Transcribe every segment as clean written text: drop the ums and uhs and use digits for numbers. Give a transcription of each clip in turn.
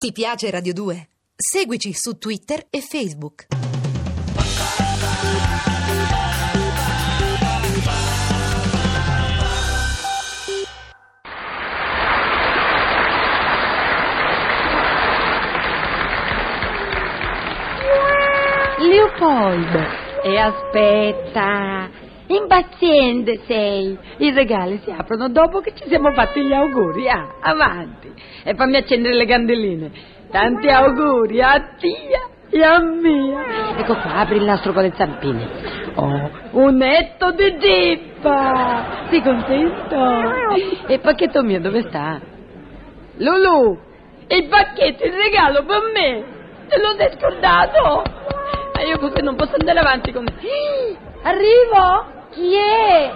Ti piace Radio 2? Seguici su Twitter e Facebook. Leopoldo, e aspetta, impaziente sei. I regali si aprono dopo che ci siamo fatti gli auguri. Avanti, e fammi accendere le candeline. Tanti auguri a tia e a mia. Ecco qua, apri il nastro con le zampine. Oh, un netto di zippa. Sei contento? E il pacchetto mio dove sta? Lulu, il pacchetto, il regalo per me. Te lo sei scordato? Ma io così non posso andare avanti con... Arrivo? Chi è?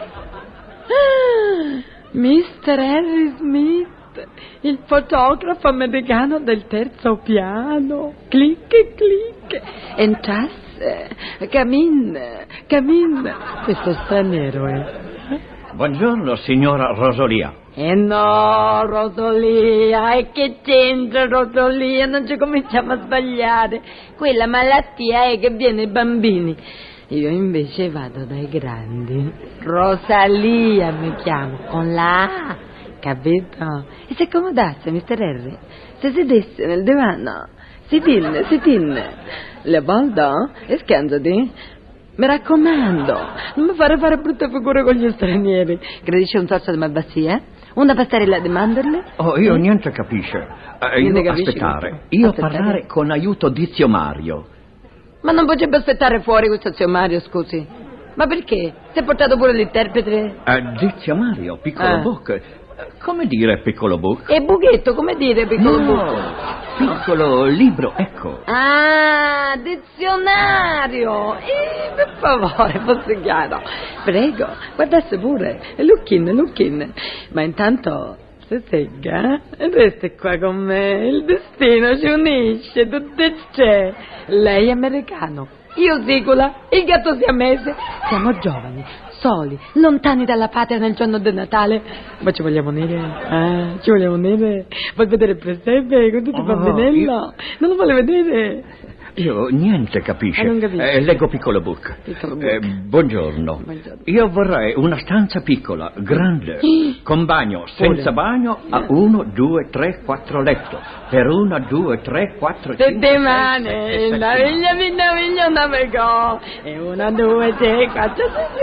Mr. Harry Smith, il fotografo americano del terzo piano. Clic, clic. Entrasse. Cammin. Questo straniero è. Buongiorno, signora Rosolia. No, Rosolia, e che c'entra Rosolia? Non ci cominciamo a sbagliare. Quella malattia è che viene ai bambini. Io invece vado dai grandi. Rosalia mi chiamo, con la A, capito? E se accomodasse, Mr. R, se sedesse nel divano, si tinne. Leopoldo, e schiantati. Mi raccomando, non mi fare brutte figure con gli stranieri. Gradisce un sorso di malvasia? Una pastarella di mandorle? Oh, io niente capisce. Aspettare. Io parlare con aiuto di zio Mario. Ma non potrebbe aspettare fuori questo zio Mario, scusi? Ma perché? Si è portato pure l'interprete? Di zio Mario, piccolo Book. Come dire piccolo Book? E Bughetto, come dire piccolo Book? Piccolo libro, ecco. Ah, dizionario. Per favore, fosse chiaro. Prego, guardasse pure. Lucchine. Ma intanto, se segga, resti qua con me. Il destino ci unisce, tutte c'è. Lei è americano, io sicula, il gatto siamese. Siamo giovani, soli, lontani dalla patria nel giorno del Natale. Ma ci vogliamo unire? Ci vogliamo unire? Vuoi vedere il presepe con tutti i bambinelli? Non lo vuole vedere? Io niente capisce. Non capisce. Leggo piccolo Book. Buongiorno. Io vorrei una stanza piccola, grande, con bagno, senza bagno, a 1, 2, 3, 4 letto. Per 1, 2, 3, 4, 5, Tutte mani, naviglia, navigò. E 1, 2, 3, 4,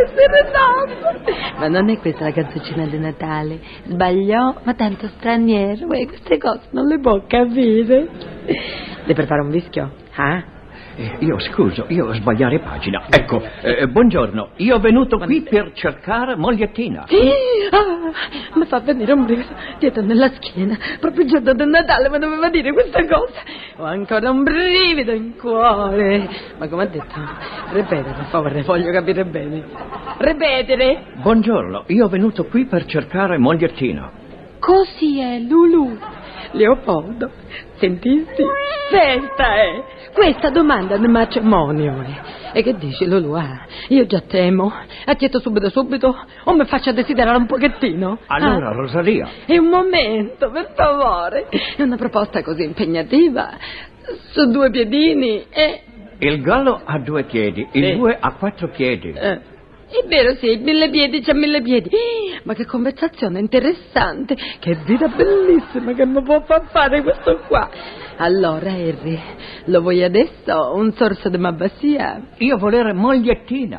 5, 6, Ma non è questa la canzoncina di Natale. Sbagliò, ma tanto straniero. Queste cose non le può capire. Le prepara un vischio? Io sbagliare pagina. Ecco, buongiorno. Io ho venuto qui per cercare mogliettina. Mi fa venire un brivido dietro nella schiena. Proprio il giorno del Natale mi doveva dire questa cosa. Ho ancora un brivido in cuore. Ma come ha detto? Ripete, per favore, voglio capire bene. Ripetere. Buongiorno, io ho venuto qui per cercare mogliettina. Così è, Lulu. Leopoldo, sentisti? Festa è! Questa domanda di matrimonio è. E che dici, Lulu? Io già temo. Accetto subito o mi faccio desiderare un pochettino? Allora, Rosalia. È un momento, per favore. È una proposta così impegnativa. Su 2 piedini e... Il gallo ha 2 piedi, il bue ha 4 piedi. È vero, sì, 1000 piedi, c'ha 1000 piedi. Ma che conversazione interessante, che vita bellissima che mi può far fare questo qua. Allora, Harry, lo vuoi adesso un sorso di malvasia? Io volere mogliettina.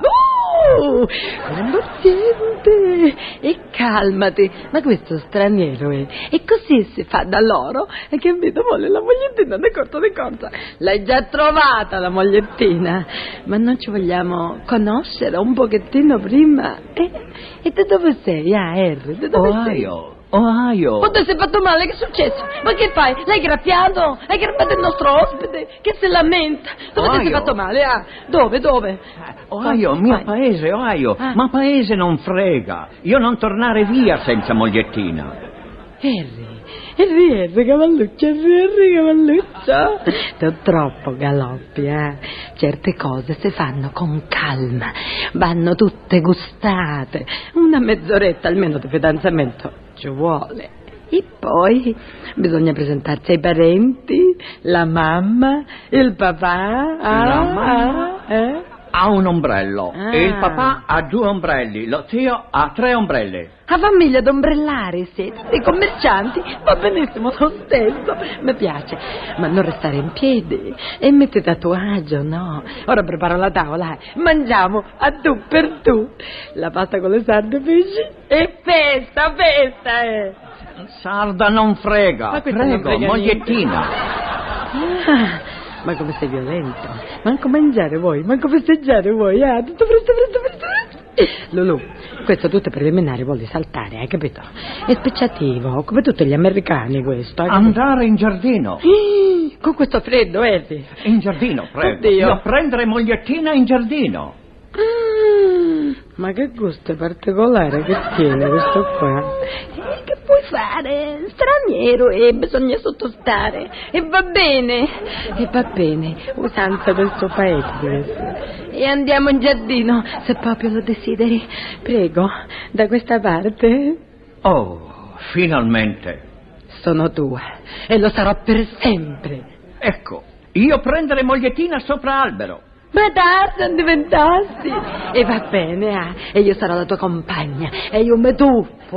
Paziente, e calmati. Ma questo straniero è. E così si fa da loro. E che vedo vuole la mogliettina di corsa. L'hai già trovata la mogliettina. Ma non ci vogliamo conoscere un pochettino prima? E da dove sei, Harry? Da dove sei? Ohio. Oh, ti sei fatto male, che è successo? Ma che fai? L'hai graffiato? Hai graffiato il nostro ospite che si lamenta. Dove ti sei fatto male? Dove? Ohio, mio paese, Ohio. Ma paese non frega. Io non tornare via senza mogliettina. Harry, cavalluccio. Tu troppo galoppi, Certe cose si fanno con calma, vanno tutte gustate. Una mezz'oretta almeno di fidanzamento ci vuole. E poi bisogna presentarsi ai parenti, la mamma, il papà. La mamma ha un ombrello e il papà ha 2 ombrelli, lo zio ha 3 ombrelli. La famiglia d'ombrellari siete, dei commercianti, va benissimo lo stesso, mi piace, ma non restare in piedi e mettete a tuo agio, no? Ora preparo la tavola, mangiamo a tu per tu, la pasta con le sarde, pesci e festa, Sarda non frega, Ma questa prego, non frega mogliettina. Ma come sei violento, manco mangiare vuoi, manco festeggiare vuoi, tutto presto. Lulu, questo tutto preliminare vuole saltare, hai capito? È speciativo, come tutti gli americani questo. Andare in giardino. Con questo freddo, Eddie. In giardino, prego. Oddio. Io prendere mogliettina in giardino. Ma che gusto particolare che tiene questo qua. Che puoi fare? Straniero e bisogna sottostare. E va bene, usanza del suo paese questo. E andiamo in giardino, se proprio lo desideri. Prego, da questa parte. Oh, finalmente. Sono tua e lo sarò per sempre. Ecco, io prendere mogliettina sopra albero. Ma dai, non diventassi. E va bene, e io sarò la tua compagna. E io mi tuffo.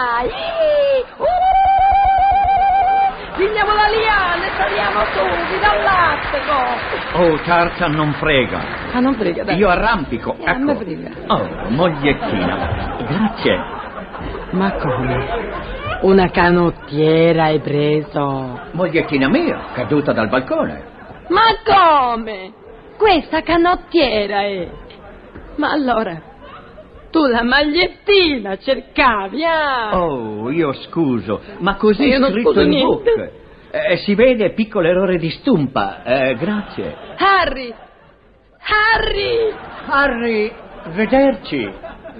Pigliamo la liana e saliamo su, dal latte. Oh, Tarzan non frega. Ah, non frega, dai. Io arrampico, ecco. me frega. Oh, mogliettina. Grazie. Ma come? Una canottiera hai preso? Mogliettina mia, caduta dal balcone. Ma come? Questa canottiera è. Ma allora, tu la magliettina cercavi, Oh, io scuso, ma così Io non scritto scuso in niente. book. Si vede piccolo errore di stumpa. Grazie. Harry! Vederci.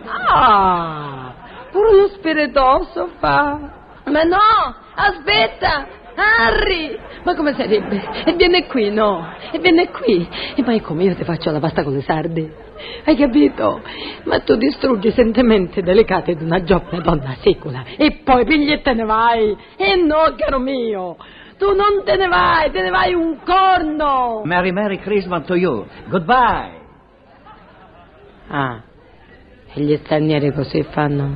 Pure lo spiritoso fa. Ma no, aspetta! Harry! Ma come sarebbe? E viene qui, no? E viene qui. E poi come io ti faccio la pasta con le sarde? Hai capito? Ma tu distruggi i sentimenti delicati di una giovane donna sicula. E poi pigli e te ne vai. E no, caro mio. Tu non te ne vai un corno. Merry Christmas to you. Goodbye. E gli stranieri così fanno?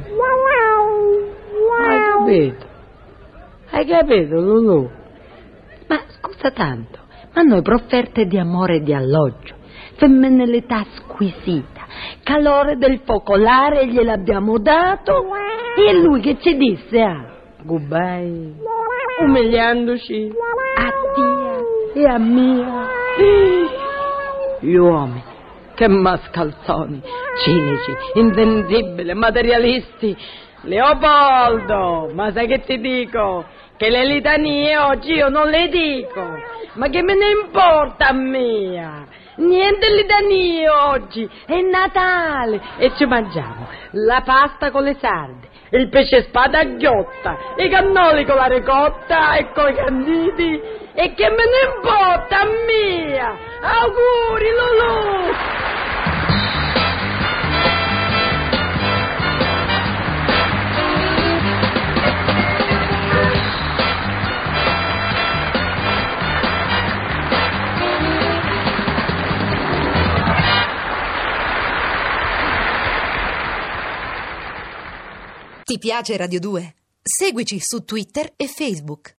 Hai capito, Lulu? Ma scusa tanto, ma noi per offerte di amore e di alloggio, femminilità squisita, calore del focolare gliel'abbiamo dato, e lui che ci disse? Goodbye, umiliandoci a tia e a mia. Gli uomini, che mascalzoni, cinici, invendibili, materialisti. Leopoldo, ma sai che ti dico? Che le litanie oggi io non le dico. Ma che me ne importa a mia? Niente litanie oggi, è Natale e ci mangiamo la pasta con le sarde, il pesce spada a ghiotta, i cannoli con la ricotta e coi canditi. E che me ne importa a mia? Auguri, Lulu! Ti piace Radio 2? Seguici su Twitter e Facebook.